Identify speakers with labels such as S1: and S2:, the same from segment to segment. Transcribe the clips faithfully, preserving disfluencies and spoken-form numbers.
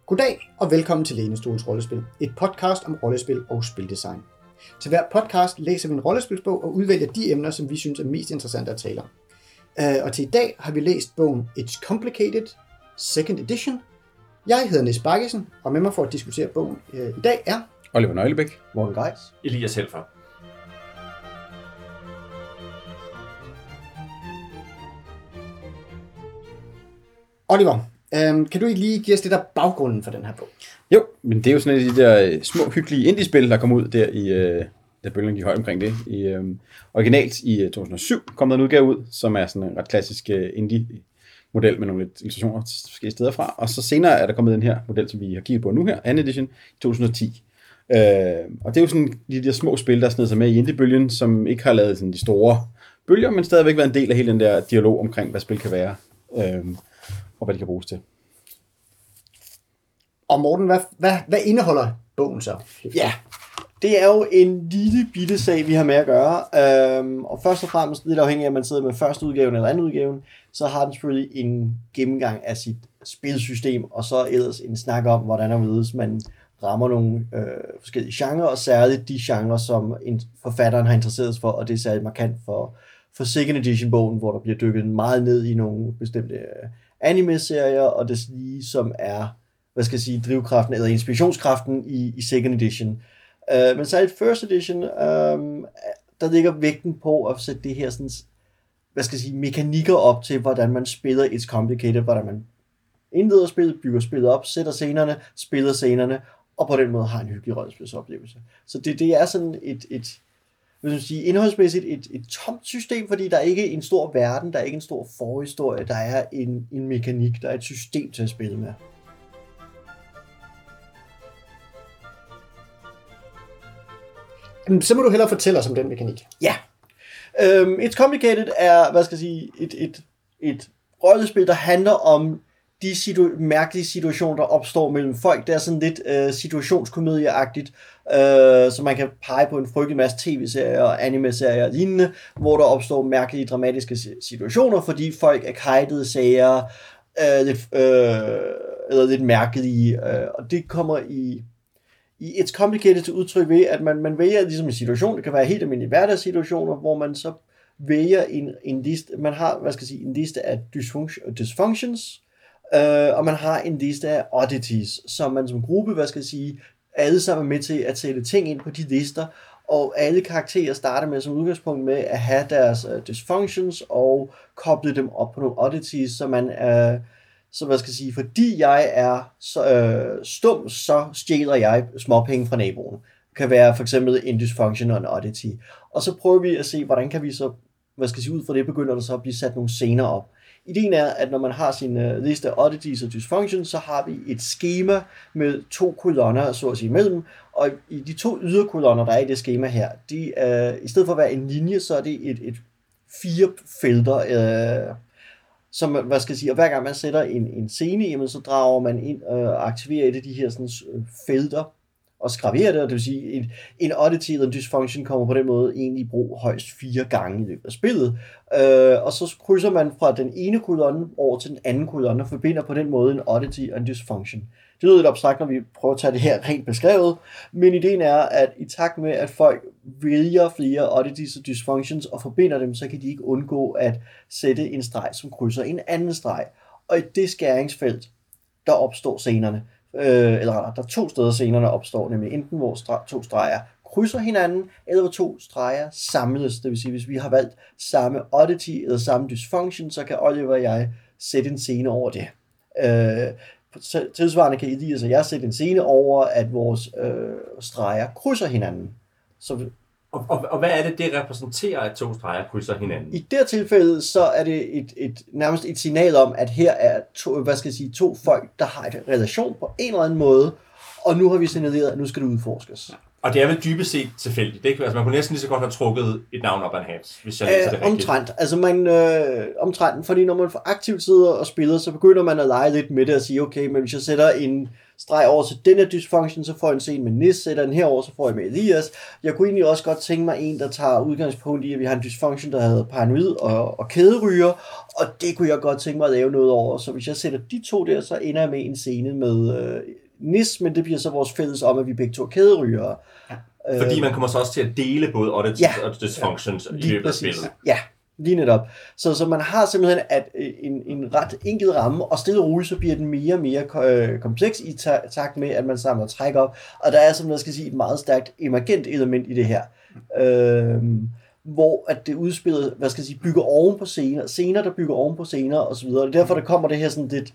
S1: Goddag og velkommen til Lænestuens Rollespil, et podcast om rollespil og spildesign. Til hver podcast læser vi en rollespilsbog og udvælger de emner, som vi synes er mest interessante at tale om. Og til i dag har vi læst bogen It's Complicated, second edition. Jeg hedder Nis Bakkesen, og med mig for at diskutere bogen i dag er
S2: Oliver Nøglebæk,
S3: Morten Geis,
S4: Elias Helfer.
S1: Oliver. Um, kan du ikke lige give os det der baggrunden for den her bog?
S2: Jo, men det er jo sådan et af de der små, hyggelige indie-spil, der kom ud der i, uh, da bølgen gik højt omkring det. I, um, originalt i to tusind og syv kom der en udgave ud, som er sådan en ret klassisk uh, indie-model med nogle lidt illustrationer forskellige steder fra. Og så senere er der kommet den her model, som vi har kigget på nu her, anden edition, i to tusind og ti. Uh, og det er jo sådan de der små spil, der sned sig med i indie-bølgen, som ikke har lavet sådan de store bølger, men stadigvæk været en del af hele den der dialog omkring, hvad spil kan være, uh, og hvad de kan bruges til.
S1: Og Morten, hvad, hvad, hvad indeholder bogen så?
S3: Ja, det er jo en lille bitte sag, vi har med at gøre. Øhm, og først og fremmest, lidt afhængig af, at man sidder med første udgaven eller anden udgaven, så har den selvfølgelig en gennemgang af sit spilsystem, og så ellers en snak om, hvordan og hvorledes man rammer nogle øh, forskellige genrer, og særligt de genrer, som en forfatteren har interesseret sig for, og det er særligt markant for, for second edition-bogen, hvor der bliver dykket meget ned i nogle bestemte øh, anime-serier, og det lige som er hvad skal jeg sige, drivkraften eller inspirationskraften i, i second edition. Uh, men særligt first edition, um, der ligger vægten på at sætte det her sådan, hvad skal jeg sige, mekanikker op til, hvordan man spiller It's Complicated, hvordan man indleder spillet, bygger spillet op, sætter scenerne, spiller scenerne, og på den måde har en hyggelig rollespilsoplevelse. Så det, det er sådan et, et hvad skal jeg sige, indholdsmæssigt et, et tomt system, fordi der er ikke en stor verden, der er ikke en stor forhistorie, der er en, en mekanik, der er et system til at spille med.
S1: Så må du hellere fortælle os om den mekanik.
S3: Ja. Um, It's Complicated er, hvad skal jeg sige, et, et, et rollespil, der handler om de situ- mærkelige situationer, der opstår mellem folk. Det er sådan lidt uh, situationskomedieagtigt, uh, så man kan pege på en frygtelig masse tv-serier og anime-serier og lignende, hvor der opstår mærkelige, dramatiske situationer, fordi folk er kajtede sager, uh, lidt, uh, eller lidt mærkelige, uh, og det kommer i... I It's Complicated til udtryk ved, at man, man vælger ligesom en situation, det kan være helt almindelige hverdagssituationer, hvor man så vælger en, en liste, man har, hvad skal jeg sige, en liste af dysfunctions, øh, og man har en liste af oddities, som man som gruppe, hvad skal jeg sige, alle sammen er med til at sætte ting ind på de lister, og alle karakterer starter med som udgangspunkt med at have deres uh, dysfunctions og koble dem op på nogle oddities, så man er uh, Så hvad skal jeg sige, fordi jeg er så, øh, stum, så stjæler jeg småpenge fra naboen. Det kan være for eksempel en dysfunction og en oddity. Og så prøver vi at se, hvordan kan vi så, hvad skal jeg sige, ud fra det begynder der så at blive sat nogle scener op. Ideen er, at når man har sin øh, liste af oddities og dysfunctions, så har vi et skema med to kolonner, så at sige, imellem. Og i de to yderkolonner, der er i det skema her, de, øh, i stedet for at være en linje, så er det et, et fire felter, øh, som, hvad skal jeg sige, og hver gang man sætter en, en scene, jamen, så drager man ind og aktiverer et af de her sådan, felter og skraverer det, og det vil sige, en, en oddity eller en dysfunction kommer på den måde egentlig i brug højst fire gange i løbet af spillet, øh, og så krydser man fra den ene kolonne over til den anden kolonne og forbinder på den måde en oddity og en dysfunction. Det lyder lidt abstrakt, når vi prøver at tage det her rent beskrevet, men ideen er, at i takt med, at folk vælger flere oddities og dysfunctions og forbinder dem, så kan de ikke undgå at sætte en streg, som krydser en anden streg. Og i det skæringsfelt, der opstår scenerne, øh, eller der er to steder scenerne opstår, nemlig enten hvor stre- to streger krydser hinanden, eller hvor to streger samles. Det vil sige, hvis vi har valgt samme oddity eller samme dysfunction, så kan Oliver og jeg sætte en scene over det. Øh, Tilsvarende kan Elias og jeg sætte en scene over, at vores øh, streger krydser hinanden. Så,
S4: og, og, og hvad er det, det repræsenterer, at to streger krydser hinanden?
S3: I det her tilfælde, så er det et, et, nærmest et signal om, at her er to, hvad skal jeg sige, to folk, der har en relation på en eller anden måde, og nu har vi signaleret, at nu skal det udforskes.
S4: Og det er vel dybest set tilfældigt, ikke? Altså man kunne næsten lige så godt have trukket et navn op af en hat, hvis jeg læser det
S3: øh,
S4: rigtigt.
S3: Omtrent, altså man, øh, omtrent, fordi når man for aktivt sidder og spiller, så begynder man at lege lidt med det og sige, okay, men hvis jeg sætter en streg over til den her dysfunction, så får jeg en scene med Nis, sætter den herover, så får jeg med Elias. Jeg kunne egentlig også godt tænke mig en, der tager udgangspunkt i, at vi har en dysfunction, der hedder paranoid og, og kæderyger, og det kunne jeg godt tænke mig at lave noget over. Så hvis jeg sætter de to der, så ender jeg med en scene med øh, Nis, men det bliver så vores fælles om, at vi begge to kæderygere.
S4: Ja. Fordi man kommer så også til at dele både audits
S3: ja,
S4: og dysfunctions
S3: ja,
S4: i løbet af spillet.
S3: Ja, lige netop. Så, så man har simpelthen at en, en ret enkel ramme, og stille og roligt, så bliver den mere og mere øh, kompleks i takt med, at man samler træk op. Og der er, som man skal sige, et meget stærkt emergent element i det her. Øh, hvor at det udspiller, hvad skal jeg sige, bygger oven på scener, scener, der bygger oven på scener, og så videre. Og derfor der kommer det her sådan lidt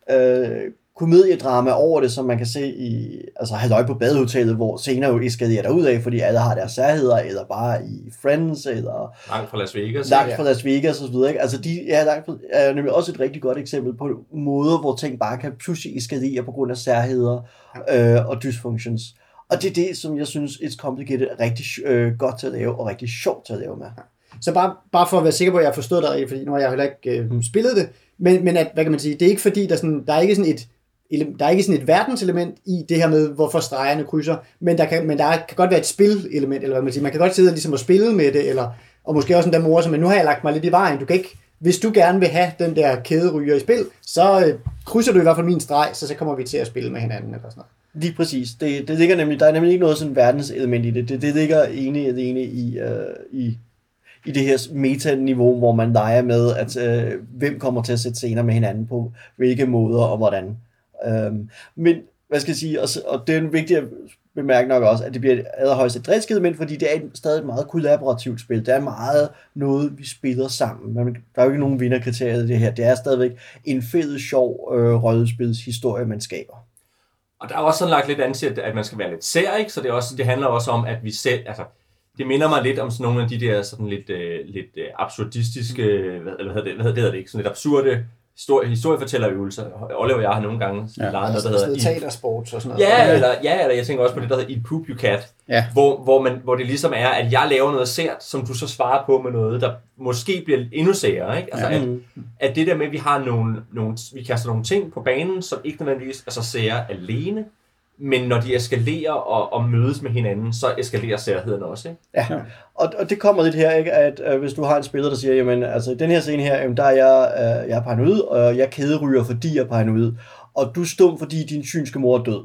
S3: øh, komediedrama over det, som man kan se i, altså Halløj på badehotellet, hvor scener jo eskalerer derud af, fordi alle har deres særheder, eller bare i Friends, eller
S4: langt fra Las Vegas.
S3: Langt fra Las Vegas, og så videre, ikke? Altså de ja, langt fra, er nemlig også et rigtig godt eksempel på måder, hvor ting bare kan pludselig eskalere på grund af særheder øh, og dysfunctions. Og det er det, som jeg synes, It's Complicated er rigtig øh, godt til at lave, og rigtig sjovt til at lave med.
S1: Så bare, bare for at være sikker på, at jeg har forstået dig, fordi nu har jeg heller ikke øh, spillet det, men, men at, hvad kan man sige, det er ikke fordi, der, sådan, der er ikke sådan et der er ikke sådan et verdenselement i det her med, hvorfor stregerne krydser, men der kan, men der kan godt være et spillelement, eller hvad man siger. Man kan godt sidde ligesom og spille med det, eller, og måske også en der mor, som, men nu har jeg lagt mig lidt i vejen. Du kan ikke, hvis du gerne vil have den der kæderyger i spil, så øh, krydser du i hvert fald min streg, så så kommer vi til at spille med hinanden, eller sådan noget.
S3: Lige præcis. Det, det ligger nemlig, der er nemlig ikke noget sådan verdenselement i det. Det, det ligger ene alene i, øh, i i det her meta-niveau, hvor man leger med, at øh, hvem kommer til at sætte scener med hinanden på hvilke måder og hvordan. Øhm, men, hvad skal jeg sige, og, og det er en vigtig at bemærke nok også, at det bliver et allerhøjst et drilskidement, fordi det er et, stadig et meget kollaborativt spil. Det er meget noget, vi spiller sammen. Men der er jo ikke nogen vinderkriterier i det her. Det er stadigvæk en fed, sjov øh, rollespilshistorie, man skaber.
S4: Og der er også sådan lagt lidt ansigt, at man skal være lidt sær, ikke? Så det, er også, det handler også om, at vi selv, altså, det minder mig lidt om sådan nogle af de der sådan lidt, øh, lidt øh, absurdistiske, hvad, eller hvad, hvad hedder det ikke, sådan lidt absurde historie, historiefortællerøvelser. Oliver og jeg har nogle gange ja. leget noget, der hedder...
S1: Sådan teatersport og sådan noget.
S4: Ja, eller, ja, eller jeg tænker også på det, der hedder Eat Poop You Cat,
S2: ja.
S4: hvor, hvor, man, hvor det ligesom er, at jeg laver noget sært, som du så svarer på med noget, der måske bliver endnu særere, ikke? Altså, ja. at, at det der med, at vi har nogle, nogle, vi kaster nogle ting på banen, som ikke nødvendigvis er så sære alene, men når de eskalerer og, og mødes med hinanden, så eskalerer særheden også, ikke?
S3: Ja, og, og det kommer lidt her, ikke? At øh, hvis du har en spiller, der siger, jamen, altså den her scene her, jamen, der er jeg, øh, jeg er paranoid, og jeg kæderyger, fordi jeg er paranoid, og du er stum, fordi din synske mor er død.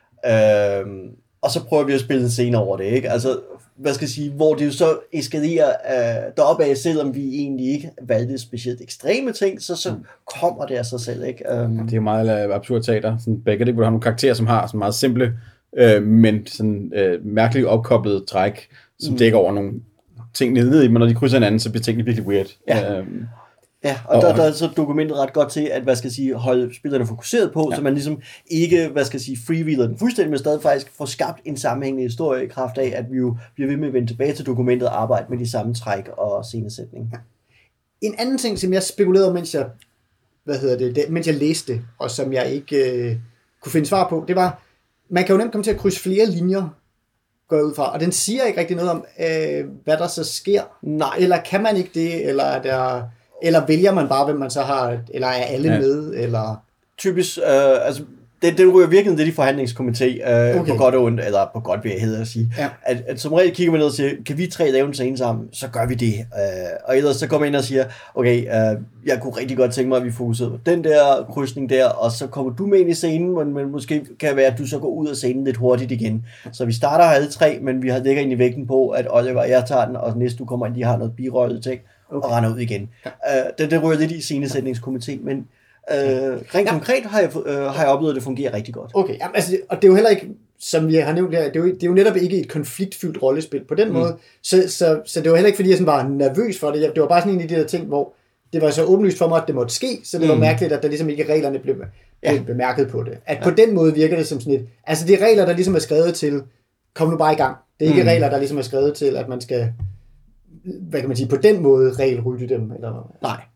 S3: Øh, og så prøver vi at spille en scene over det, ikke? Altså, hvad skal jeg sige, hvor det jo så eskalerer øh, deroppe af, selvom vi egentlig ikke valgte specielt ekstreme ting, så, så kommer det af sig selv, ikke? Um...
S2: Det er jo meget absurd teater. Sådan begge det, hvor du har nogle karakterer, som har sådan meget simple, øh, men sådan øh, mærkeligt opkoblede træk, som mm. dækker over nogle ting nede i, men når de krydser hinanden, så bliver tingene virkelig weird.
S3: Ja. Um... Ja, og, og der, der er så dokumentet ret godt til, at, hvad skal jeg sige, holde spillerne fokuseret på, ja. Så man ligesom ikke, hvad skal jeg sige, freewheeler den fuldstændig, men stadig faktisk får skabt en sammenhængende historie i kraft af, at vi jo bliver ved med at vende tilbage til dokumentet og arbejde med de samme træk og scenesætning.
S1: Ja. En anden ting, som jeg spekulerede, mens jeg, hvad hedder det, det mens jeg læste, og som jeg ikke øh, kunne finde svar på, det var, man kan jo nemt komme til at krydse flere linjer, går jeg ud fra, og den siger ikke rigtig noget om, øh, hvad der så sker.
S3: Nej.
S1: Eller kan man ikke det, eller er der... Eller vælger man bare, hvem man så har, eller er alle ja. med, eller...
S3: Typisk, øh, altså, den, den ryger virkelig lidt i forhandlingskomité, øh, okay. på godt og ondt, eller på godt vil jeg hedder at sige. Ja. At, at som regel kigger man ned og siger, kan vi tre lave en scene sammen, så gør vi det. Øh, og ellers så går man ind og siger, okay, øh, jeg kunne rigtig godt tænke mig, at vi fokuserer på den der krydsning der, og så kommer du med ind i scenen, men, men måske kan det være, at du så går ud af scenen lidt hurtigt igen. Så vi starter alle tre, men vi har lægger ind i vægten på, at Oliver og jeg tager den, og næste du kommer ind, de har noget birøjet ting. Okay. Og render ud igen. Ja. Uh, det, det rører lidt i scenesætningskomité, men uh, rent ja. konkret har jeg, uh, har jeg oplevet, at det fungerer rigtig godt.
S1: Okay, jamen, altså, og det er jo heller ikke, som vi har nævnt her, det er jo, det er jo netop ikke et konfliktfyldt rollespil på den mm. måde, så, så, så det var heller ikke, fordi jeg sådan var nervøs for det. Det var bare sådan en af de der ting, hvor det var så åbenlyst for mig, at det måtte ske, så det mm. var mærkeligt, at der ligesom ikke reglerne blev, blev ja. bemærket på det. At ja. på den måde virker det som sådan et, altså det er regler, der ligesom er skrevet til, kom nu bare i gang. Det er ikke mm. regler, der ligesom er skrevet til, at man skal... hvad kan man sige, på den måde regelrytte dem? Eller?
S3: Nej,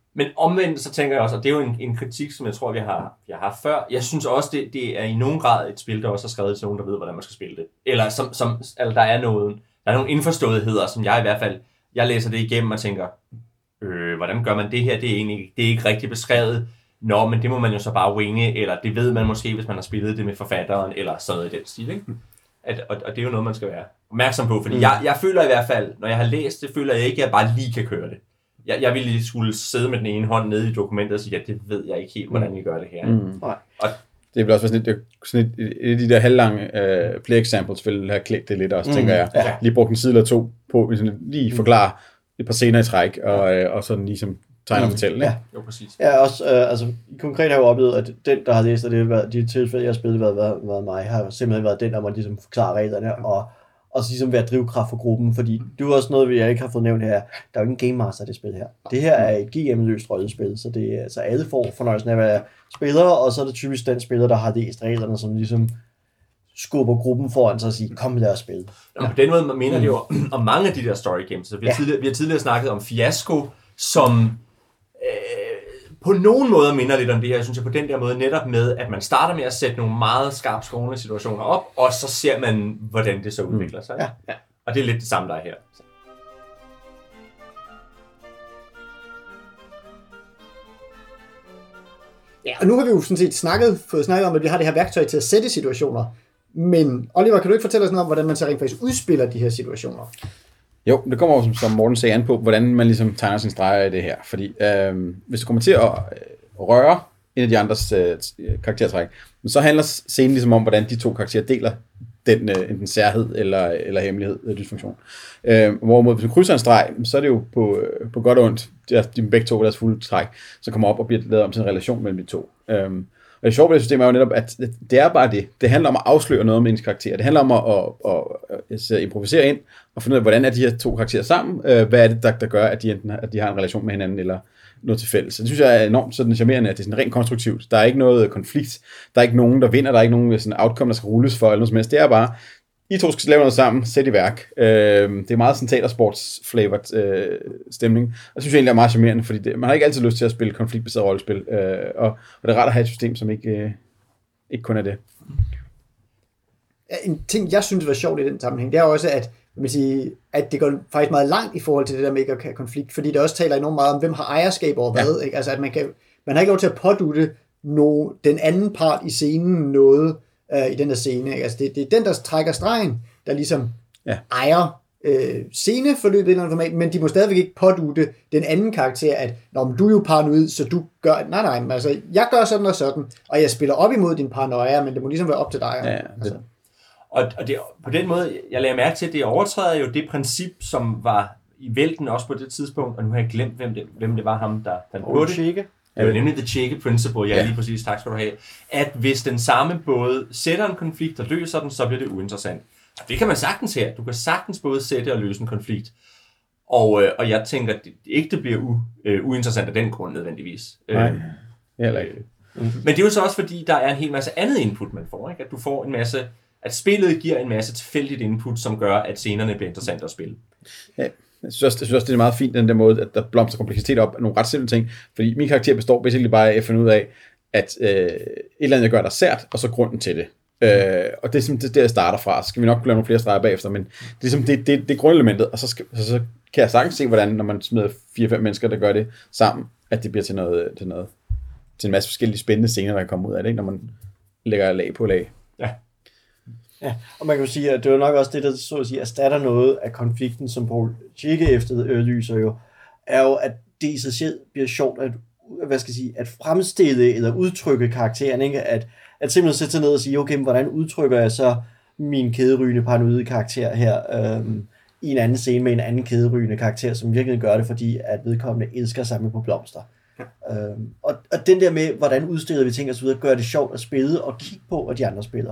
S4: Men omvendt, så tænker jeg også, og det er jo en, en kritik, som jeg tror, vi har, vi har haft før. Jeg synes også, det, det er i nogen grad et spil, der også er skrevet til nogen, der ved, hvordan man skal spille det. Eller som, som, altså, der er noget, der er nogle indforståetheder, som jeg i hvert fald, jeg læser det igennem og tænker, øh, hvordan gør man det her? Det er egentlig det er ikke rigtig beskrevet. Nå, men det må man jo så bare winge, eller det ved man måske, hvis man har spillet det med forfatteren, eller sådan noget i den stil, ikke? At, og, og det er jo noget, man skal være opmærksom på, fordi mm. jeg, jeg føler i hvert fald, når jeg har læst det, føler jeg ikke, at jeg bare lige kan køre det. Jeg, jeg ville skulle sidde med den ene hånd nede i dokumentet og sige, at det ved jeg ikke helt, hvordan vi gør det her. Mm. Og
S2: det er vel også sådan et, sådan et, et af de der halvlange uh, play examples vil have klædt det lidt også, mm. tænker jeg. Ja. Lige brugt en side eller to på, sådan, lige forklare et par scener i træk, og, øh, og sådan ligesom tegne og fortælle.
S3: Ja.
S4: Jo, præcis.
S3: Ja, også, øh, altså, konkret har jeg jo oplevet, at den, der har læst af det, de tilfælde, jeg har spillet, været, været, været mig, har simpelthen været den, der må ligesom forklare reglerne, og og så ligesom være drivkraft for gruppen, fordi det er også noget, vi jeg ikke har fået nævnt her. Der er jo ikke en game master i det spil her. Det her er et G M-løst rollespil, så det er, altså alle får fornøjelsen af at være spillere, og så er det typisk den spiller, der har læst reglerne, som ligesom skubber gruppen foran sig og siger, kom lad os spille.
S4: Ja. På den måde man mener det jo om mange af de der story games. Så vi, har ja. tidligere, vi har tidligere snakket om Fiasko, som øh, på nogen måde minder lidt om det her, synes jeg, på den der måde netop med, at man starter med at sætte nogle meget skarpt skårende situationer op, og så ser man, hvordan det så udvikler sig.
S3: Ja.
S4: Ja. Og det er lidt det samme, der er her.
S1: Ja, og nu har vi jo sådan set snakket, fået snakket om, at vi har det her værktøj til at sætte situationer. Men Oliver, kan du ikke fortælle os noget om, hvordan man så rent faktisk udspiller de her situationer?
S2: Jo, det kommer jo, som, som Morten sagde, an på, hvordan man ligesom tegner sin streger i det her. Fordi øh, hvis du kommer til at øh, røre en af de andres øh, karaktertræk, så handler scenen ligesom om, hvordan de to karakterer deler den øh, enten særhed eller, eller hemmelighed eller dysfunktion. Øh, hvorimod hvis du krydser en streg, så er det jo på, øh, på godt og ondt, de, de begge to deres fulde træk, så kommer op og bliver lavet om til en relation mellem de to. Øh, Og det sjove ved det system er jo netop, at det er bare det. Det handler om at afsløre noget om ens karakter. Det handler om at, at, at, at improvisere ind og finde ud af, hvordan er de her to karakterer sammen. Hvad er det, der, der gør, at de enten at de har en relation med hinanden eller noget til fælles. Så det synes jeg er enormt sådan charmerende, at det er sådan rent konstruktivt. Der er ikke noget konflikt. Der er ikke nogen, der vinder. Der er ikke nogen sådan outcome, der skal rulles for eller noget som helst. Det er bare, I to skal lave noget sammen, sæt i værk. Det er meget sådan teatersports-flavored stemning. Og det synes jeg egentlig er meget charmerende, fordi det, man har ikke altid lyst til at spille konfliktbaseret rollespil. Og, og det er rart at have et system, som ikke, ikke kun er det.
S1: En ting, jeg synes var sjovt i den sammenhæng, det er også, at, man sige, at det går faktisk meget langt i forhold til det der med ikke at have konflikt, fordi det også taler enormt meget om, hvem har ejerskab over hvad. Ja. Ikke? Altså, at man, kan, man har ikke lov til at pådutte no, den anden part i scenen noget, i den der scene. Altså det, det er den, der trækker stregen, der ligesom ja. ejer øh, sceneforløbet i et eller andet format, men de må stadigvæk ikke pådutte den anden karakter, at Nå, men du er jo paranoid, så du gør... Nej, nej, men altså, jeg gør sådan og sådan, og jeg spiller op imod din paranoia, men det må ligesom være op til dig.
S2: Ja,
S1: altså.
S4: Og, og det, på den måde, jeg lagde mærke til, at det overtræder jo det princip, som var i vælten også på det tidspunkt, og nu har jeg glemt, hvem det, hvem det var ham, der fandt på det. Det var nemlig the Cheeke Principle, ja, ja, lige præcis, tak skal du have. At hvis den samme både sætter en konflikt og løser den, så bliver det uinteressant. Og det kan man sagtens her. Du kan sagtens både sætte og løse en konflikt. Og, øh, og jeg tænker, at det ikke det bliver u, øh, uinteressant af den grund nødvendigvis.
S2: Nej, heller ikke.
S4: Øh, mm-hmm. Men det er jo så også fordi, der er en hel masse andet input, man får. Ikke? At du får en masse... At spillet giver en masse tilfældigt input, som gør, at scenerne bliver interessante at spille.
S2: Ja. Jeg synes, også, jeg synes også, det er meget fint, den der måde, at der blomster kompleksitet op af nogle ret simple ting, fordi min karakter består basically bare af at finde ud af, at øh, et eller andet, jeg gør der sært, og så grunden til det. Mm. Øh, og det er simpelthen det, jeg starter fra. Så skal vi nok lave nogle flere streger bagefter, men det er ligesom det, det, det er grundelementet, og så, skal, så, så kan jeg sagtens se, hvordan, når man smider fire fem mennesker, der gør det sammen, at det bliver til noget, til noget, til en masse forskellige spændende scener, der kan komme ud af det, ikke? Når man lægger lag på lag.
S4: Ja.
S3: Ja, og man kan jo sige, at det er nok også det, der så at sige, erstatter noget af konflikten, som Paul Cheeke efterlyser jo, er jo, at det i sig selv bliver sjovt at, hvad skal jeg sige, at fremstille eller udtrykke karakteren, ikke? At, at simpelthen sætte sig ned og sige, okay, men hvordan udtrykker jeg så min kæderygende paranoide karakter her øhm, i en anden scene med en anden kæderygende karakter, som virkelig gør det, fordi at vedkommende elsker sammen på blomster. Ja. Øhm, og, og den der med, hvordan udstiller vi ting og så videre, gør det sjovt at spille og kigge på, hvad de andre spiller.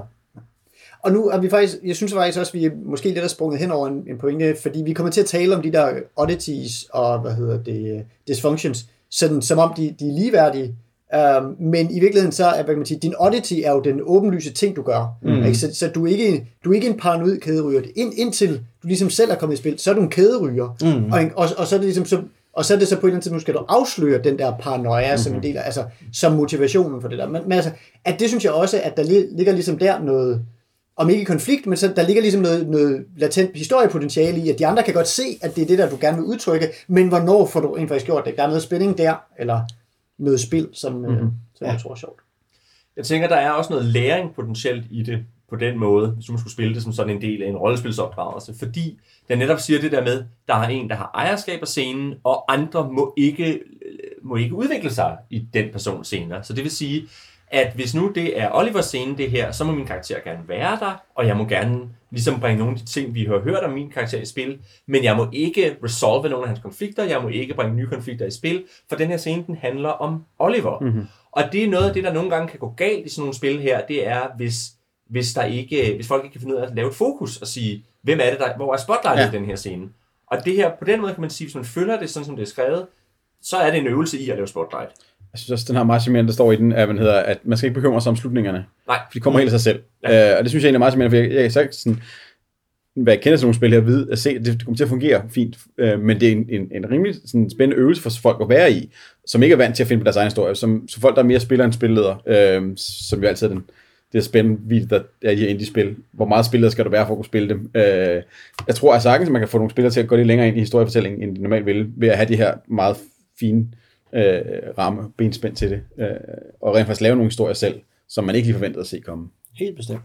S1: Og nu er vi faktisk, jeg synes faktisk også, at vi er måske lidt er sprunget hen over en, en pointe, fordi vi kommer til at tale om de der oddities og, hvad hedder det, dysfunctions, sådan, som om de, de er ligeværdige. Um, men i virkeligheden så er, hvad kan man sige, din oddity er jo den åbenlyse ting, du gør. Mm. Ikke? Så, så du er ikke, du er ikke en paranoid kæderyger. Ind, indtil du ligesom selv er kommet i spil, så er du en kæderyger. Mm. Og, og, og så er det ligesom, så, Og så er det så på et eller andet tidspunkt, skal du afsløre den der paranoia mm-hmm. som en del af, altså som motivationen for det der. Men, men altså, at det synes jeg også, at der ligger ligesom der noget, om ikke konflikt, men så der ligger ligesom noget, noget latent historiepotentiale i, at de andre kan godt se, at det er det der, du gerne vil udtrykke, men hvornår får du rent faktisk gjort det? Der er noget spænding der, eller noget spil, som, mm-hmm. øh, som ja. jeg tror er sjovt.
S4: Jeg tænker, der er også noget læring potentielt i det, på den måde, hvis du skulle spille det som sådan en del af en rollespilsopdragelse, fordi den netop siger det der med, der er en, der har ejerskab af scenen, og andre må ikke, må ikke udvikle sig i den persons scener. Så det vil sige, at hvis nu det er Olivers scene det her, så må min karakter gerne være der, og jeg må gerne ligesom bringe nogle af de ting, vi har hørt om min karakter i spil, men jeg må ikke resolve nogle af hans konflikter, jeg må ikke bringe nye konflikter i spil, for den her scene, den handler om Oliver. Mm-hmm. Og det er noget af det, der nogle gange kan gå galt i sådan nogle spil her, det er, hvis Hvis, der ikke, hvis folk ikke kan finde ud af at lave et fokus og sige, hvem er det der, hvor er spotlightet ja. i den her scene. Og det her, på den måde kan man sige, hvis man følger det sådan, som det er skrevet, så er det en øvelse i at lave spotlight. Jeg
S2: synes også, den har meget charmerende, der står i den, at man, hedder, at man skal ikke bekymre sig om slutningerne.
S4: Nej.
S2: For de kommer helt af sig selv. Ja. Uh, og det synes jeg egentlig er meget charmerende, for jeg, jeg kan sagt sådan, hvad jeg kender sådan nogle spil her, ved at se, at det kommer til at fungere fint, uh, men det er en, en, en rimelig sådan, spændende øvelse for folk at være i, som ikke er vant til at finde på deres egen historie, som, som folk, der er mere spiller end spilleder, uh, som jo altid er den det er spændende vildt, der er i indie-spil. Hvor meget spillere skal du være for at kunne spille dem? Øh, jeg tror at sagtens, at man kan få nogle spillere til at gå lidt længere ind i historiefortællingen, end de normalt vil, ved at have de her meget fine øh, ramme, benspænd til det, øh, og rent faktisk lave nogle historier selv, som man ikke lige forventede at se komme.
S3: Helt bestemt.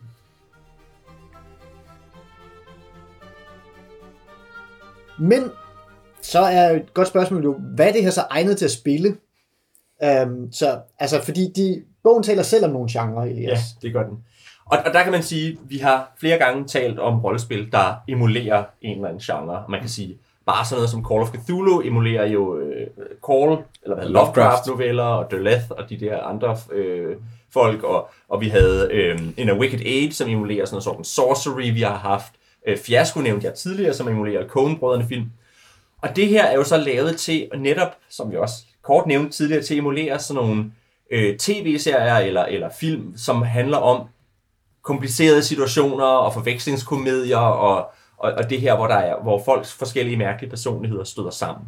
S1: Men så er et godt spørgsmål jo, hvad er det her så egnet til at spille? Um, så, altså, fordi de, bogen taler selv om nogle genrer, Elias.
S4: Ja, det gør den. Og, og der kan man sige, vi har flere gange talt om rollespil, der emulerer en eller anden genre. Man kan sige, bare sådan noget som Call of Cthulhu emulerer jo øh, Call, eller hvad, Lovecraft-noveller, og Deleth, og de der andre øh, folk. Og, og vi havde øh, In a Wicked Age, som emulerer sådan noget som Sorcery, vi har haft. Øh, Fiasko nævnte jeg tidligere, som emulerer Coen-brødrene film. Og det her er jo så lavet til netop, som vi også kort nævnte tidligere, til at emulere sådan nogle øh, tv-serier eller, eller film, som handler om komplicerede situationer og forvekslingskomedier og, og, og det her, hvor, der er, hvor folks forskellige mærkelige personligheder støder sammen.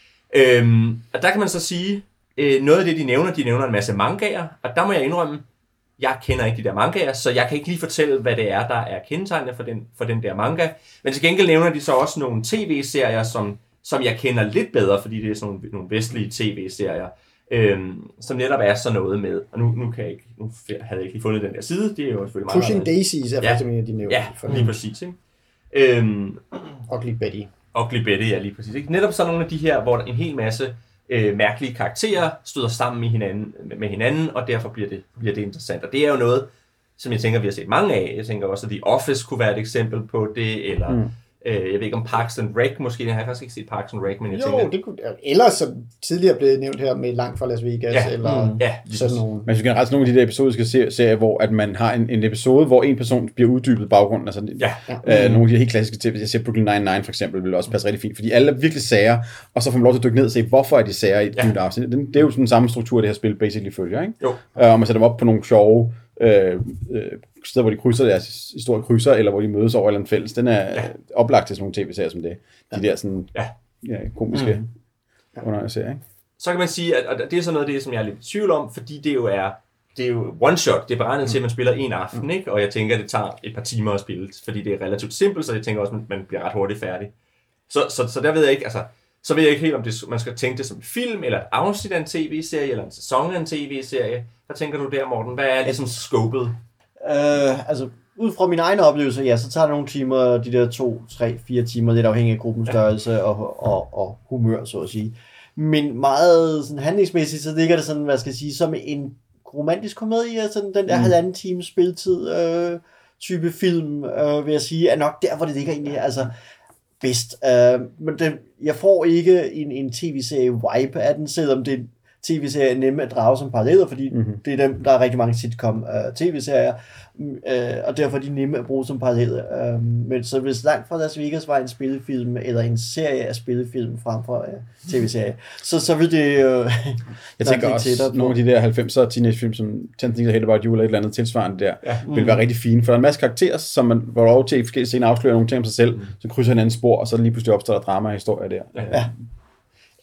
S4: Øhm, og der kan man så sige, øh, noget af det, de nævner, de nævner en masse mangaer, og der må jeg indrømme, jeg kender ikke de der mangaer, så jeg kan ikke lige fortælle, hvad det er, der er kendetegnende for den, for den der manga. Men til gengæld nævner de så også nogle tv-serier, som som jeg kender lidt bedre, fordi det er sådan nogle, nogle vestlige tv-serier, øhm, som netop er sådan noget med, og nu, nu, kan jeg ikke, nu havde jeg ikke lige fundet den der side, det er jo selvfølgelig meget
S1: Pushing Daisies er faktisk en af de nævner.
S4: Ja, lige præcis. Ikke? Øhm,
S1: Ugly Betty.
S4: Ugly Betty, ja, lige præcis. Ikke? Netop sådan nogle af de her, hvor der en hel masse øh, mærkelige karakterer støder sammen med hinanden, med hinanden, og derfor bliver det, bliver det interessant. Og det er jo noget, som jeg tænker, vi har set mange af. Jeg tænker også, at The Office kunne være et eksempel på det, eller mm. øh, jeg ved ikke om Parks and Rec, måske. Jeg har faktisk ikke set Parks and Rec, men jeg
S1: jo,
S4: tænker...
S1: det kunne, eller som tidligere blev nævnt her med Langt fra Las Vegas,
S4: ja.
S1: eller
S4: mm. ja,
S1: sådan nogle...
S2: Man synes generelt nogle af de der episodiske serier, hvor at man har en, en episode, hvor en person bliver uddybet baggrunden. Altså,
S4: ja.
S2: øh, mm. Nogle af de her helt klassiske til, jeg ser Brooklyn Nine-Nine for eksempel, vil også passe rigtig fint, fordi alle er virkelig sager, og så får man lov til at dykke ned og se, hvorfor er de sager i et ja. afsnit. Det, det er jo sådan den samme struktur, det her spil basically følger, ikke?
S4: Jo.
S2: Øh, og man sætter dem op på nogle sjove øh, øh, steder, hvor de krydser deres historie krydser, eller hvor de mødes over et eller andet fælles. Den er ja. oplagt til sådan nogle tv-serier som det. De ja. der sådan
S4: ja.
S2: Ja, komiske mm. underserier, ikke?
S4: Så kan man sige, at det er sådan noget af det, som jeg er lidt i tvivl om, fordi det jo er, det er jo one shot. Det er beregnet mm. til, at man spiller en aften, mm. ikke? Og jeg tænker, at det tager et par timer at spille, fordi det er relativt simpelt, så jeg tænker også, at man bliver ret hurtigt færdig. Så, så, så der ved jeg ikke, altså, så ved jeg ikke helt, om det, man skal tænke det som en film, eller et afsnit af en tv-serie, eller en sæson af en tv-serie. Hvad tænker du der, Morten? Hvad er ligesom scopet?
S3: Uh, altså, ud fra min egen oplevelse, ja, så tager det nogle timer, de der to, tre, fire timer, lidt afhængig af gruppens størrelse ja. og, og, og humør, så at sige. Men meget sådan handlingsmæssigt, så ligger det sådan, hvad skal jeg sige, som en romantisk komedie, sådan den der mm. halvanden time spilletid øh, type film, øh, vil jeg sige, er nok der, hvor det ligger egentlig, altså bedst. Øh, men det, jeg får ikke en, en tv-serie vibe af den, selvom det tv-serier er nemme at drage som paralleller, fordi mm-hmm. det er dem, der er rigtig mange sitcom uh, tv-serier, uh, og derfor er de nemme at bruge som paralleller. Uh, men så hvis Langt fra Las Vegas var en spillefilm, eller en serie af spillefilm frem for uh, tv-serie, så, så vil det uh,
S2: jeg tænker også, nogle af de der halvfemser teenagefilm, som ten Things I Hate About You, eller et eller andet tilsvarende der, ja. vil være rigtig fine, for der er en masse karakterer, som man får lov til i forskellige scener afslører nogle ting om sig selv, mm. så krydser hinanden spor, og så lige pludselig opstår der drama og historier der.
S4: Ja. Ja.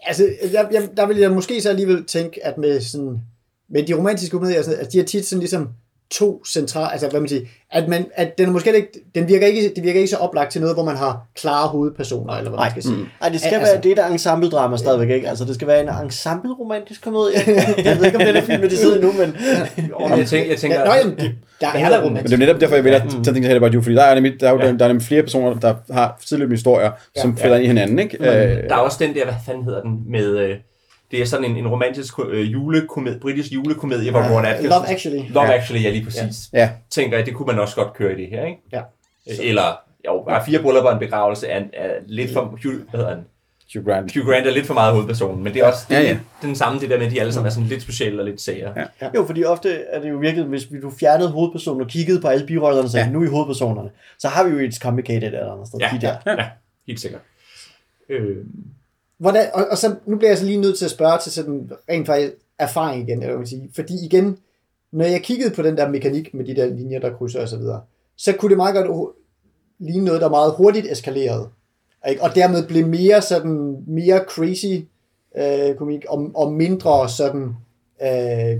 S1: Altså, jeg, jeg, der vil jeg måske så alligevel tænke, at med sådan, med de romantiske komedier, altså, at de har tit sådan ligesom to centrale, altså hvad man siger, at, man, at den måske ikke, den virker ikke, det virker ikke så oplagt til noget, hvor man har klare hovedpersoner, eller hvad man skal sige.
S3: Nej, det skal
S1: altså,
S3: være, det er et ensemble-drama stadigvæk, ikke? Altså, det skal være en ensemble-romantisk komedie. Jeg ved ikke, om den er filmatiseret endnu, men...
S4: Jo, jeg tænker... Jeg tænker
S1: ja, nøj, jamen, det, der er der romantisk.
S2: Men det er netop derfor, jeg vil have sådan ting her, bare fordi der er nemlig, der er jo ja. der er nemlig flere personer, der har sideløbende historier, ja. som falder ja. ind i hinanden, ikke?
S4: Men, øh, der er også den der, hvad fanden hedder den, med... Øh, det er sådan en, en romantisk øh, julekomedie, britisk julekomedie, hvor Ron Atkinson...
S1: Love Actually.
S4: Love ja. Actually, ja, lige præcis.
S2: Ja.
S4: Tænker jeg, det kunne man også godt køre i det her, ikke?
S1: Ja.
S4: Eller, jo, bare fire bryllupper og en begravelse er, er lidt for... Hugh, hvad hedder han?
S2: Hugh Grant.
S4: Hugh Grant er lidt for meget hovedpersonen, men det er også det er
S2: ja, ja.
S4: den samme, det der med, at de alle sammen er sådan lidt specielle og lidt sære.
S2: Ja.
S3: Ja. Jo, fordi ofte er det jo virkelig, hvis vi du fjernede hovedpersonen og kiggede på alle birollerne og sagde, ja. nu er I hovedpersonerne, så har vi jo et complicated eller andet sted.
S4: Ja,
S3: de der.
S4: ja, ja, helt sikkert. Øh...
S1: Hvordan, og, og så, nu bliver jeg så lige nødt til at spørge til sådan rent faktisk erfaring igen, eller hvad man sige. Fordi igen, når jeg kiggede på den der mekanik med de der linjer, der krydser og så videre, så kunne det meget godt ligne noget, der meget hurtigt eskalerede. Ikke? Og dermed blev mere sådan, mere crazy øh, komik, og, og mindre sådan, øh,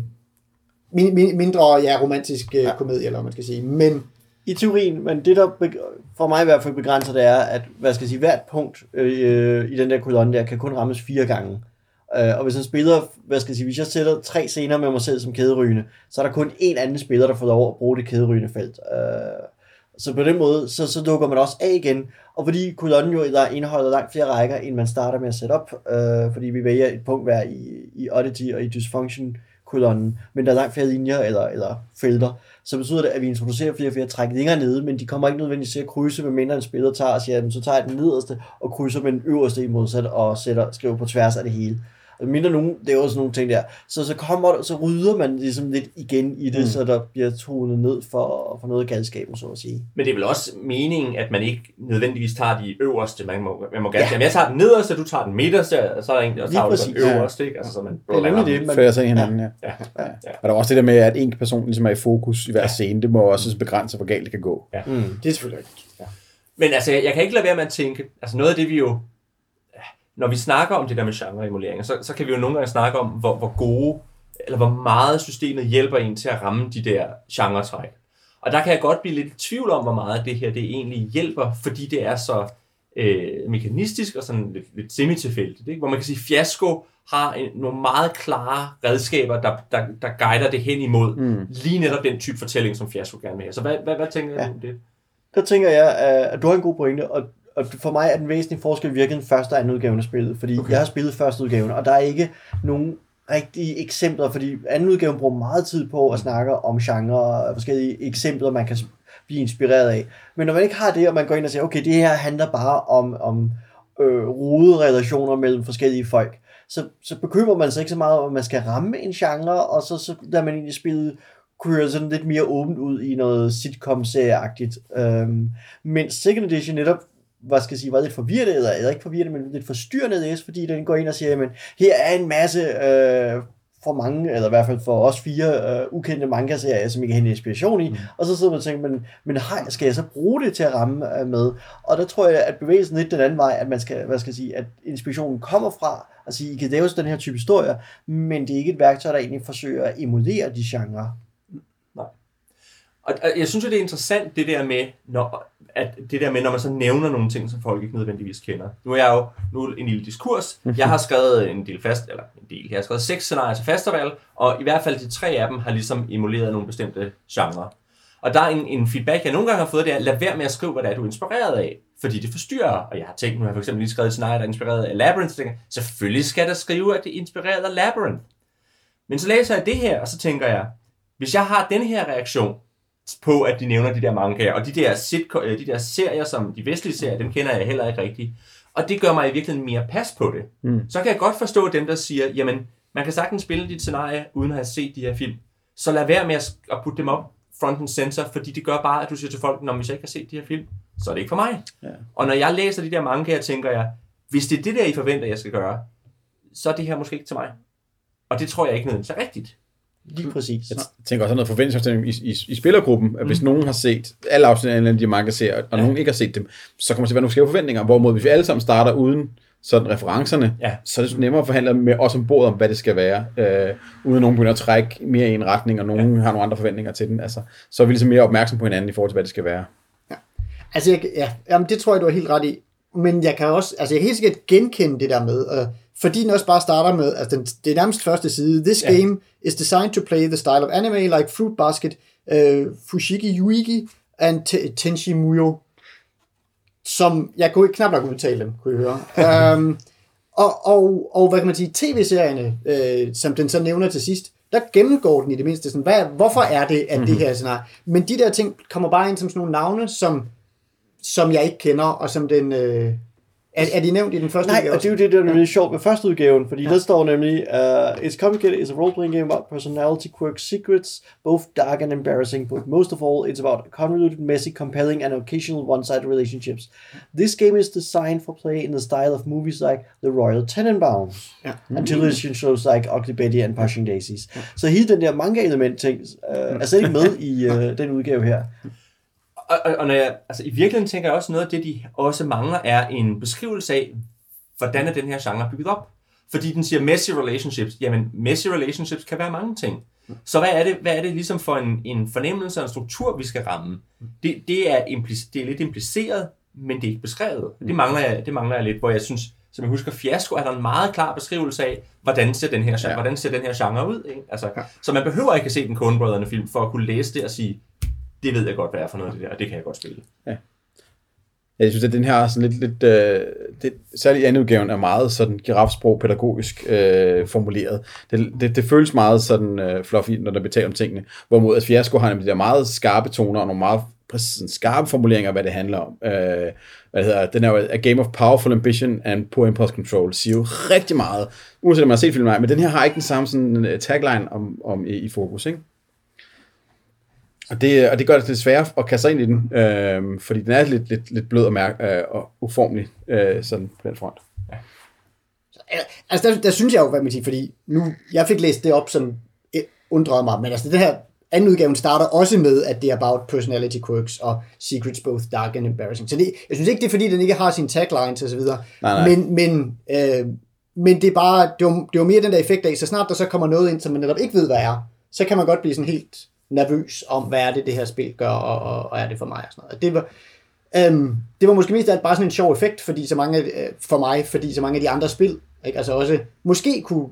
S1: min, mindre ja, romantisk øh, ja. komedie, eller hvad man skal sige. Men
S3: i teorien, men det der for mig i hvert fald begrænser, det er, at hvad skal jeg sige, hvert punkt øh, i den der kolonne der, kan kun rammes fire gange. Øh, og hvis en spiller, hvad skal jeg sige, hvis jeg sætter tre scener med mig selv som kæderygende, så er der kun én anden spiller, der får lov at bruge det kæderygende felt. Øh, så på den måde, så, så dukker man også af igen. Og fordi kolonnen jo der indeholder langt flere rækker, end man starter med at sætte op, øh, fordi vi vælger et punkt hver i, i Oddity og i Dysfunction kolonnen, men der er langt flere linjer eller, eller felter, så betyder det, at vi introducerer flere og flere træk længere nede, men de kommer ikke nødvendigvis til at krydse, med mindre en spiller tager og siger, så tager jeg den nederste og krydser med den øverste i modsat og sætter, skriver på tværs af det hele. Og mindre nogen, det er også nogle ting der. Så, så kommer så rydder man ligesom lidt igen i det, mm. så der bliver tonet ned for, for noget af galskaben, så at sige.
S4: Men det er vel også meningen, at man ikke nødvendigvis tager de øverste. Man må, man må gerne ja. sige, jeg tager den nederste, du tager den midterste, og så er der en, der tager den øverste, ikke? Altså, så man
S2: blander det, man færger sig hinanden, ja. Ja. Ja. Ja. Ja. Og der er også det der med, at en person ligesom er i fokus i hver ja. scene, det må også begrænse, hvor galt det kan gå.
S4: Ja.
S1: Mm. Det er selvfølgelig rigtigt. Ja.
S4: Men altså, jeg, jeg kan ikke lade være med at tænke, altså noget af det vi jo, når vi snakker om det der med genre-emuleringer, så, så kan vi jo nogle gange snakke om, hvor, hvor gode, eller hvor meget systemet hjælper en til at ramme de der genre-træk. Og der kan jeg godt blive lidt i tvivl om, hvor meget det her det egentlig hjælper, fordi det er så øh, mekanistisk og sådan lidt, lidt semi-tilfældigt. Ikke? Hvor man kan sige, Fiasko har en, nogle meget klare redskaber, der, der, der guider det hen imod mm. lige netop den type fortælling, som Fiasko gerne vil have. Så hvad, hvad, hvad tænker ja. du om det?
S3: Der tænker jeg, at du har en god pointe, og Og for mig er den væsentlige forskel virkelig den første og anden udgaven af spillet, fordi okay. jeg har spillet første udgaven, og der er ikke nogen rigtige eksempler, fordi anden udgaven bruger meget tid på at snakke om genre og forskellige eksempler, man kan blive inspireret af. Men når man ikke har det, og man går ind og siger, okay, det her handler bare om, om øh, rodede relationer mellem forskellige folk, så, så bekymrer man sig ikke så meget om, at man skal ramme en genre, og så, så lader man egentlig spillet kører sådan lidt mere åbent ud i noget sitcom-serieagtigt. Øhm, men second edition netop hvad skal jeg sige, var lidt forvirrende, eller, eller ikke forvirrende, men lidt forstyrrende læs, fordi den går ind og siger, jamen, her er en masse øh, for mange, eller i hvert fald for os fire øh, ukendte manga-serier, som I kan hente inspiration i, mm. og så sidder man og tænker, men, men hej, skal jeg så bruge det til at ramme øh, med? Og der tror jeg, at bevægelsen lidt den anden vej, at man skal, hvad skal jeg sige, at inspirationen kommer fra, at sige, I kan lave den her type historier, men det er ikke et værktøj, der egentlig forsøger at emulere de genrer.
S4: Nej. Og, og jeg synes jo, det er interessant, det der med, når at det der med, når man så nævner nogle ting, som folk ikke nødvendigvis kender. Nu er jeg jo nu en lille diskurs. Jeg har skrevet en del fast, eller en del, jeg har skrevet seks scenarier til festival, og i hvert fald de tre af dem har ligesom emuleret nogle bestemte genrer. Og der er en, en feedback, jeg nogle gange har fået, det er, lad være med at skrive, hvad det er, du er inspireret af, fordi det forstyrrer. Og jeg har tænkt, nu har jeg for eksempel lige skrevet et scenarie, der er inspireret af Labyrinth, så tænker jeg, selvfølgelig skal der skrive, at det er inspireret af Labyrinth. Men så læser jeg det her, og så tænker jeg, hvis jeg har den her reaktion, på, at de nævner de der mangaer, og de der, sitco- de der serier, som de vestlige serier, dem kender jeg heller ikke rigtigt. Og det gør mig i virkeligheden mere pas på det. Mm. Så kan jeg godt forstå dem, der siger, jamen, man kan sagtens spille dit scenarie, uden at have set de her film. Så lad være med at putte dem op front and center, fordi det gør bare, at du siger til folk, hvis jeg ikke har set de her film, så er det ikke for mig. Ja. Og når jeg læser de der mangaer, tænker jeg, hvis det er det der, I forventer, jeg skal gøre, så er det her måske ikke til mig. Og det tror jeg ikke nødvendigvis er rigtigt.
S3: Lige præcis.
S2: Jeg tænker også noget forventningsafstemning i, i, i spillergruppen, at hvis mm. nogen har set alle afsnit af de manga-serier, og ja. nogen ikke har set dem, så kommer der til at være nogle skæve forventninger, hvorimod hvis vi alle sammen starter uden sådan referencerne,
S4: Ja.
S2: så er det nemmere at forhandle med os ombord om, hvad det skal være, øh, uden at nogen begynder at trække mere i en retning, og nogen ja. har nogle andre forventninger til den. Altså, så er vi ligesom mere opmærksom på hinanden i forhold til, hvad det skal være.
S1: Ja. Altså, jeg, ja, jamen, det tror jeg, du er helt ret i. Men jeg kan også, altså jeg kan helt sikkert genkende det der med, øh, fordi den også bare starter med, altså den, det er nærmest første side, this
S4: Ja.
S1: game is designed to play the style of anime like Fruit Basket, uh, Fushigi Yuigi and Te- Tenchi Muyo, som, jeg kunne ikke knap nok udtale dem, kunne I høre. um, og, og, og hvad kan man sige, tv-serierne, øh, som den så nævner til sidst, der gennemgår den i det mindste sådan, hvad, hvorfor er det, at mm-hmm. det her er sådan her. Men de der ting kommer bare ind som sådan nogle navne, som som jeg ikke kender, og som den... Øh, er, er de nævnt i den første
S3: Nej,
S1: udgave?
S3: og det er jo det, der er really sjovt med første udgaven, fordi
S1: ja.
S3: der står nemlig, uh, It's complicated, it's a role-playing game about personality quirks, secrets, both dark and embarrassing, but most of all, it's about convoluted, messy, compelling, and occasional one-sided relationships. This game is designed for play in the style of movies like The Royal Tenenbaums,
S1: ja.
S3: and television shows like Ugly Betty and Pushing Daisies. Ja. Så hele den der manga-element-ting uh, er slet ikke med i uh, den udgave her.
S4: Og, og, og når jeg, altså i virkeligheden tænker jeg også, noget af det, de også mangler, er en beskrivelse af, hvordan er den her genre bygget op. Fordi den siger messy relationships. Jamen, messy relationships kan være mange ting. Så hvad er det, hvad er det ligesom for en, en fornemmelse og en struktur, vi skal ramme? Det, det, er implic- det er lidt impliceret, men det er ikke beskrevet. Det mangler jeg, det mangler jeg lidt, hvor jeg synes, som jeg husker, Fiasko er der en meget klar beskrivelse af, hvordan ser den her, ja. hvordan ser den her genre ud. Ikke? Altså, ja. Så man behøver ikke at se den Coen-brødrene film, for at kunne læse det og sige, det ved jeg godt, hvad er for noget af det der, og det kan jeg godt spille.
S2: Ja. Jeg synes, at den her er sådan lidt, lidt øh, det, særligt i anden udgaven er meget sådan girafsprog pædagogisk øh, formuleret. Det, det, det føles meget sådan øh, fluffy, når der betaler om tingene. Hvorimod at Fiasko har nemlig de der meget skarpe toner og nogle meget sådan, skarpe formuleringer, hvad det handler om. Øh, hvad det hedder, den er jo A Game of Powerful Ambition and Poor Impulse Control, siger jo rigtig meget, uanset om man har set filmen, men den her har ikke den samme sådan, tagline om, om i, i fokus, ikke? Og det, og det gør det lidt sværere at kaste sig ind i den, øh, fordi den er lidt, lidt, lidt blød og, mærke, øh, og uformelig øh, sådan på den front. Ja.
S1: Altså der, der synes jeg jo, hvad man siger, fordi nu, jeg fik læst det op, som undrede mig, men altså det her anden udgaven starter også med, at det er about personality quirks og secrets both dark and embarrassing. Så det, jeg synes ikke, det er fordi, den ikke har sine taglines og så videre, nej, nej. men, men, øh, men det er bare, det var, det var mere den der effekt af, så snart der så kommer noget ind, som man netop ikke ved, hvad er, så kan man godt blive sådan helt nervøs om, hvad er det, det her spil gør, og, og, og er det for mig og sådan noget. Det var, øhm, det var måske mest af bare sådan en sjov effekt, fordi så mange, øh, for mig, fordi så mange af de andre spil, ikke? Altså også, måske kunne,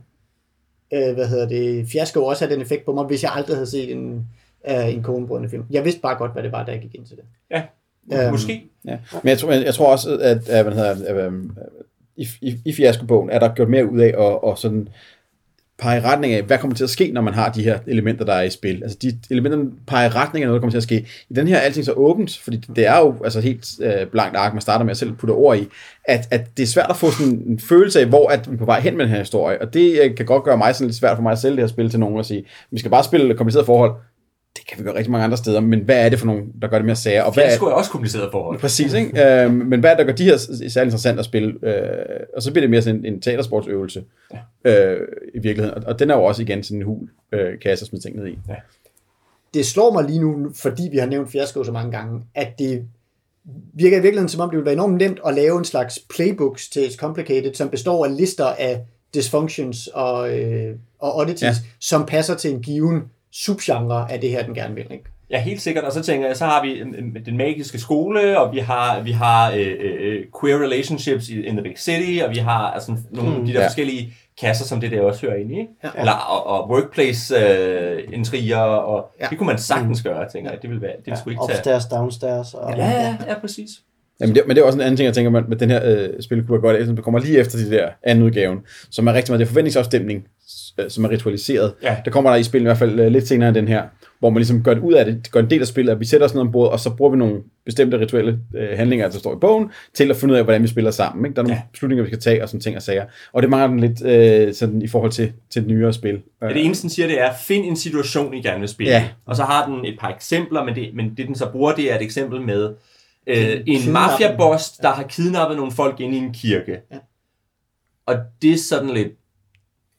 S1: øh, hvad hedder det, Fiasko også have den effekt på mig, hvis jeg aldrig havde set en, øh, en Coen-brødrene film. Jeg vidste bare godt, hvad det var, da jeg gik ind til det.
S4: Ja, øhm, måske.
S2: Ja. Men jeg tror, jeg, jeg tror også, at, at hvad hedder, øh, i, i, i Fiasko-bogen er der gjort mere ud af, og, og sådan pege i retning af, hvad kommer til at ske, når man har de her elementer, der er i spil. Altså de elementer peger i retning af noget, der kommer til at ske. I den her er alting så åbent, fordi det er jo altså helt øh, blankt ark, man starter med at selv putte ord i, at, at det er svært at få sådan en følelse af, hvor at vi er på vej hen med den her historie. Og det øh, kan godt gøre mig sådan lidt svært for mig at sælge det her spil til nogen og sige, vi skal bare spille komplicerede forhold. Det kan vi gøre rigtig mange andre steder, men hvad er det for nogen, der gør det mere sager? Og hvad
S4: er, er også kompliceret forhold.
S2: Præcis, ikke? øh, men hvad er det, der gør de her særligt interessant at spille? Øh, og så bliver det mere sådan en, en teatersportsøvelse ja. øh, i virkeligheden. Og, og den er jo også igen sådan en hul øh, kasse at smide ting ned i. Ja.
S1: Det slår mig lige nu, fordi vi har nævnt Fiasko så mange gange, at det virker i virkeligheden, som om det ville være enormt nemt at lave en slags playbooks til It's Complicated, som består af lister af dysfunctions og, øh, og oddities, ja. som passer til en given subgenre af det her, den gerne vil, ikke?
S4: Ja, helt sikkert. Og så tænker jeg, så har vi den magiske skole, og vi har, vi har øh, øh, queer relationships in the big city, og vi har altså, nogle af mm, de der ja. forskellige kasser, som det der også hører ind i. Ikke? Ja. Eller, og, og workplace-intriger, øh, og ja. det kunne man sagtens gøre, tænker jeg. Det ville være, det ville
S3: ja.
S4: sgu ikke tage...
S3: Upstairs, downstairs. Og...
S4: Ja, ja, ja, præcis.
S2: Jamen det, men det er også en anden ting, jeg tænker, med den her øh, spil kunne være godt, som kommer lige efter de der anden udgaven, som er rigtig meget det forventningsafstemning, som er ritualiseret. Ja. Der kommer der i spil i hvert fald øh, lidt senere end den her, hvor man ligesom gør det ud af det, gør en del af spillet, at vi sætter os ned ombord, og så bruger vi nogle bestemte rituelle øh, handlinger, der står i bogen, til at finde ud af, hvordan vi spiller sammen. Ikke? Der er nogle ja. beslutninger, vi skal tage, og sådan ting og sager. Og det mangler den lidt øh, sådan, i forhold til, til det nyere spil.
S4: Ja, det eneste, den siger, det er, find en situation, I gerne vil spille. Ja. Og så har den et par eksempler, men det, men det den så bruger, det er et eksempel med øh, en mafiaboss, der har kidnappet nogle folk inde i en kirke. Ja. Og det er sådan lidt... Øh,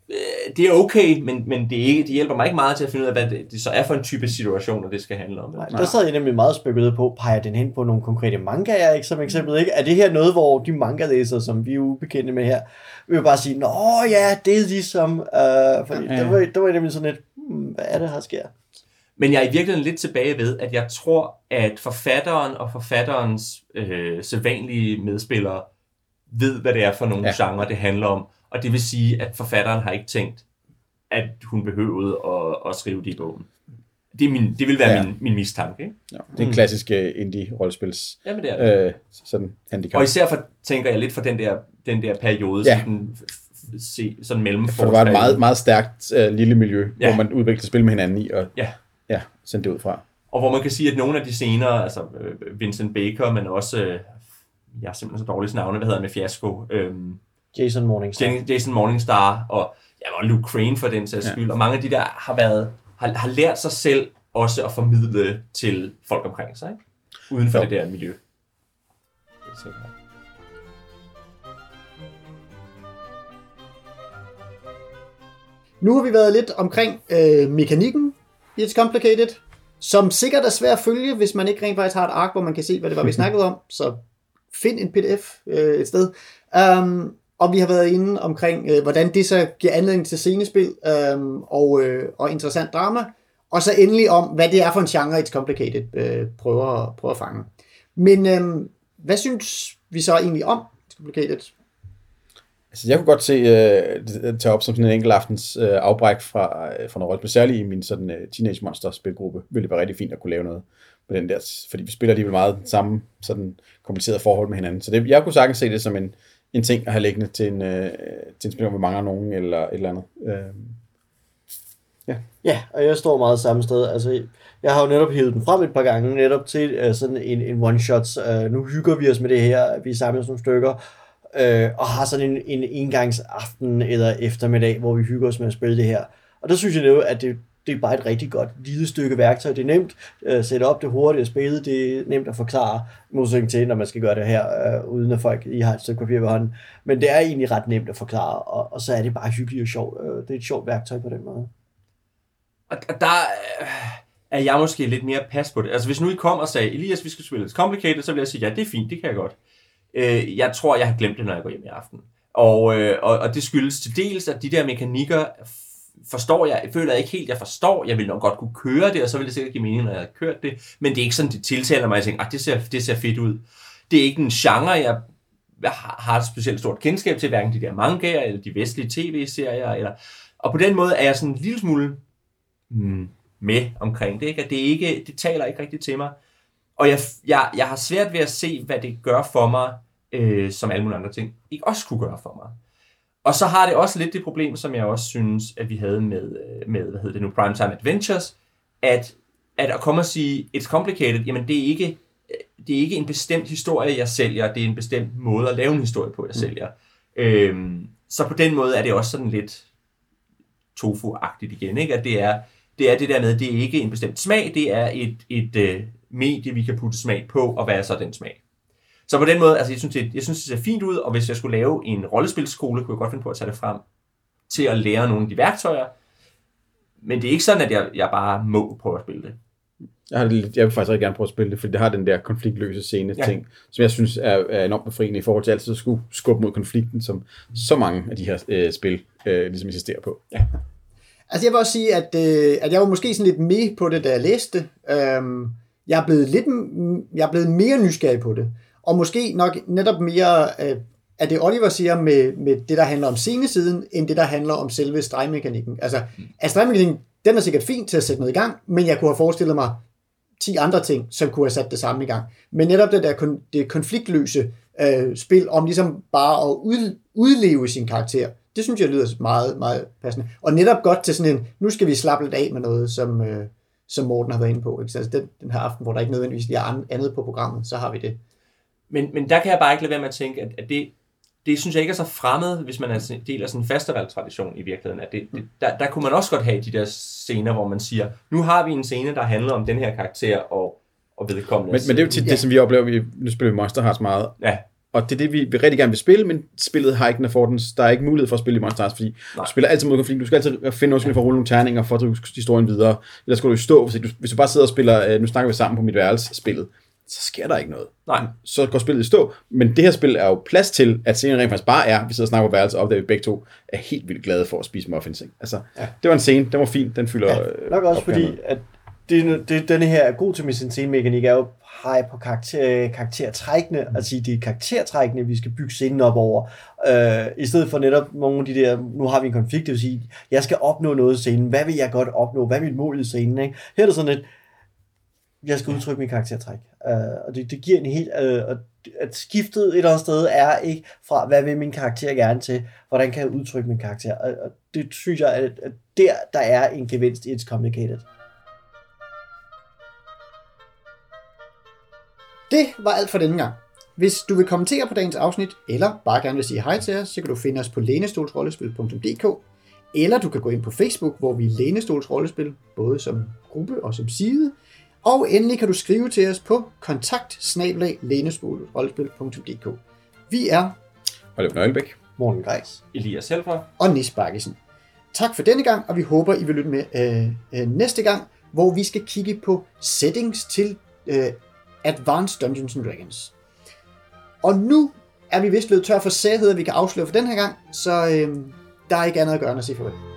S4: det er okay, men, men det, er ikke, det hjælper mig ikke meget til at finde ud af, hvad det, det så er for en type situationer, det skal handle om.
S3: Nej, der sad jeg nemlig meget spekuleret på, peger den hen på nogle konkrete mangaer, ikke? Som eksempel, ikke? Er det her noget, hvor de manga-læsere, som vi er ubekendte med her, vil bare sige, nå ja, det er ligesom, øh, fordi ja. der, var, der var nemlig sådan et, hmm, hvad er det, her sker?
S4: Men jeg er i virkeligheden lidt tilbage ved, at jeg tror, at forfatteren og forfatterens øh, sædvanlige medspillere ved, hvad det er for nogle ja. genrer, det handler om. Og det vil sige, at forfatteren har ikke tænkt, at hun behøvede at, at skrive det i bogen. Det, er min, det vil være ja. min, min mistanke. Ikke?
S2: Ja, det er en klassisk indie-rollespils
S4: Jamen, det er det.
S2: Øh, sådan handicap.
S4: Og især for, tænker jeg lidt for den der, den der periode, ja. sådan, se, sådan mellem.
S2: For det var et meget, meget stærkt uh, lille miljø,
S4: ja.
S2: hvor man udviklede spil med hinanden i, og
S4: ja.
S2: Ja, sendte det ud fra.
S4: Og hvor man kan sige, at nogle af de senere, altså Vincent Baker, men også, jeg er simpelthen så dårlig til navne, hvad hedder han med Fiasko? Øhm,
S3: Jason Morningstar.
S4: Jason Morningstar, og, ja, og Luke Crane for den sags skyld, ja. Og mange af de der har, været, har, har lært sig selv også at formidle til folk omkring sig, ikke? Uden for jo. det der miljø.
S1: Nu har vi været lidt omkring øh, mekanikken i It's Complicated, som sikkert er svært at følge, hvis man ikke rent faktisk har et ark, hvor man kan se, hvad det var, vi snakkede om. Så find en P D F øh, et sted. Um, og vi har været inde omkring, øh, hvordan det så giver anledning til scenespil øh, og, øh, og interessant drama. Og så endelig om, hvad det er for en genre, It's Complicated øh, prøver, prøver at fange. Men øh, hvad synes vi så egentlig om It's Complicated?
S2: Altså, jeg kunne godt se uh, tage op som sådan en enkelt aftens uh, afbræk fra, uh, fra noget rollespil, særligt i min sådan, uh, Teenage Monster spilgruppe, ville det være rigtig fint at kunne lave noget med den der, fordi vi spiller alligevel meget samme sådan komplicerede forhold med hinanden. Så det, jeg kunne sagtens se det som en, en ting at have liggende til en, uh, til en spil, hvor vi mangler nogen eller et eller andet. Uh,
S3: ja. ja, og jeg står meget samme sted. Altså, jeg har jo netop hævet den frem et par gange, netop til uh, sådan en, en one-shot. Uh, nu hygger vi os med det her, vi samler sådan nogle stykker, Øh, og har sådan en, en engangsaften eller eftermiddag, hvor vi hygger os med at spille det her. Og der synes jeg jo, at det, det er bare et rigtig godt lille stykke værktøj. Det er nemt at øh, sætte op, det er hurtigt at spille, det er nemt at forklare, modsætning til, når man skal gøre det her, øh, uden at folk I har et stykke papir ved hånden. Men det er egentlig ret nemt at forklare, og, og så er det bare hyggeligt og sjovt. Øh, det er et sjovt værktøj på den måde.
S4: Og, og der er jeg måske lidt mere pas på det. Altså hvis nu I kom og sagde, Elias, vi skal spille It's Complicated, så vil jeg sige, ja, det er fint, det kan jeg godt. Jeg tror, jeg har glemt det, når jeg går hjem i aften. Og, øh, og, og det skyldes til dels, at de der mekanikker forstår jeg, jeg føler jeg ikke helt, jeg forstår. Jeg vil nok godt kunne køre det, og så vil det sikkert give mening, når jeg har kørt det. Men det er ikke sådan, det tiltaler mig, at jeg tænker, det ser, det ser fedt ud. Det er ikke en genre, jeg har et specielt stort kendskab til, hverken de der mangaer, eller de vestlige tv-serier. Eller, og på den måde er jeg sådan en lille smule hmm, med omkring det. Ikke? At det, ikke, det taler ikke rigtigt til mig. Og jeg, jeg, jeg har svært ved at se, hvad det gør for mig, øh, som alle mulige andre ting ikke også kunne gøre for mig. Og så har det også lidt det problem, som jeg også synes, at vi havde med, med hvad hedder det nu, Primetime Adventures, at, at at komme og sige, It's Complicated, jamen det er ikke, det er ikke en bestemt historie, jeg sælger, det er en bestemt måde at lave en historie på, jeg sælger. Mm. Øhm, så på den måde er det også sådan lidt tofu-agtigt igen, ikke? At det er, det er det der med, det er ikke en bestemt smag, det er et, et, et medie, vi kan putte smag på, og hvad er så den smag? Så på den måde, altså jeg synes, det, jeg synes, det ser fint ud, og hvis jeg skulle lave en rollespilskole, kunne jeg godt finde på at tage det frem til at lære nogle af de værktøjer. Men det er ikke sådan, at jeg, jeg bare må prøve at spille det.
S2: Jeg, har det lidt, jeg vil faktisk rigtig gerne prøve at spille det, fordi det har den der konfliktløse scene ja. ting, som jeg synes er, er enormt befriende i forhold til altid at skulle skubbe mod konflikten, som så mange af de her øh, spil øh, ligesom insisterer på.
S1: Ja. Altså jeg vil også sige, at, øh, at jeg var måske sådan lidt med på det, da jeg læste. Øhm, jeg, er blevet lidt, jeg er blevet mere nysgerrig på det. Og måske nok netop mere øh, af det, Oliver siger med, med det, der handler om scenesiden, end det, der handler om selve stregmekanikken. Altså, at stregmekanikken, den er sikkert fint til at sætte noget i gang, men jeg kunne have forestillet mig ti andre ting, som kunne have sat det samme i gang. Men netop det der det konfliktløse øh, spil, om ligesom bare at ud, udleve sin karakter, det synes jeg lyder meget, meget passende. Og netop godt til sådan en, nu skal vi slappe lidt af med noget, som, øh, som Morten har været inde på. Ikke? Så altså den, den her aften, hvor der ikke nødvendigvis er andet på programmet, så har vi det.
S4: Men, men der kan jeg bare ikke lade være med at tænke, at, at det, det synes jeg ikke er så fremmed, hvis man er en del af sådan en festivaltradition i virkeligheden. At det, det, der, der kunne man også godt have de der scener, hvor man siger, nu har vi en scene, der handler om den her karakter og, og vedkommende.
S2: Men, men det er jo tit ja. det, som vi oplever, vi, nu spiller vi Monster Hearts meget.
S4: Ja.
S2: og det er det, vi, vi rigtig gerne vil spille, men spillet har ikke den affordance. Der er ikke mulighed for at spille i Monster Hearts, fordi Nej. du spiller altid mod konflikt. Du skal altid finde noget, for at rulle nogle terninger, for at drive historien videre. Ellers skal du stå, hvis du, hvis du bare sidder og spiller, nu snakker vi sammen på mit værelse, spillet, så sker der ikke noget.
S4: Nej.
S2: Så går spillet i stå. Men det her spil er jo plads til, at scenen rent faktisk bare er, vi sidder og snakker på værelse, og opdager vi begge to er helt vildt glade for at spise muffins. Ikke? Altså, ja. Det var en scene, den var fin, den fylder...
S3: Ja, nok også fordi, at det, det, denne her er god til med sin scenemekanik, er jo hej på karakter, karaktertrækkende, mm. altså det er karaktertrækkende, vi skal bygge scenen op over, øh, i stedet for netop nogle af de der, nu har vi en konflikt, det vil sige, jeg skal opnå noget i scenen, hvad vil jeg godt opnå, hvad er mit mål i scenen, ikke? Her er det sådan et, jeg skal udtrykke min karaktertræk, øh, og det, det giver en helt, øh, at skiftet et eller andet sted er ikke fra, hvad vil min karakter gerne til, hvordan kan jeg udtrykke min karakter, og, og det synes jeg, at, at der, der er en gevinst i It's Complicated.
S1: Det var alt for denne gang. Hvis du vil kommentere på dagens afsnit, eller bare gerne vil sige hej til os, så kan du finde os på lænestolsrollespil punktum d k, eller du kan gå ind på Facebook, hvor vi er Lænestols Rollespil, både som gruppe og som side, og endelig kan du skrive til os på kontakt snabel-a lænestolsrollespil punktum d k. Vi er
S2: Oliver Nøglebæk,
S3: Morten Greis,
S4: Elias Helfer
S1: og Nis Bakkesen. Tak for denne gang, og vi håber, I vil lytte med øh, øh, næste gang, hvor vi skal kigge på settings til øh, Advanced Dungeons and Dragons. Og nu er vi vist blevet tør for særheder, vi kan afsløre for den her gang, så øh, der er ikke andet at gøre end at sige farvel.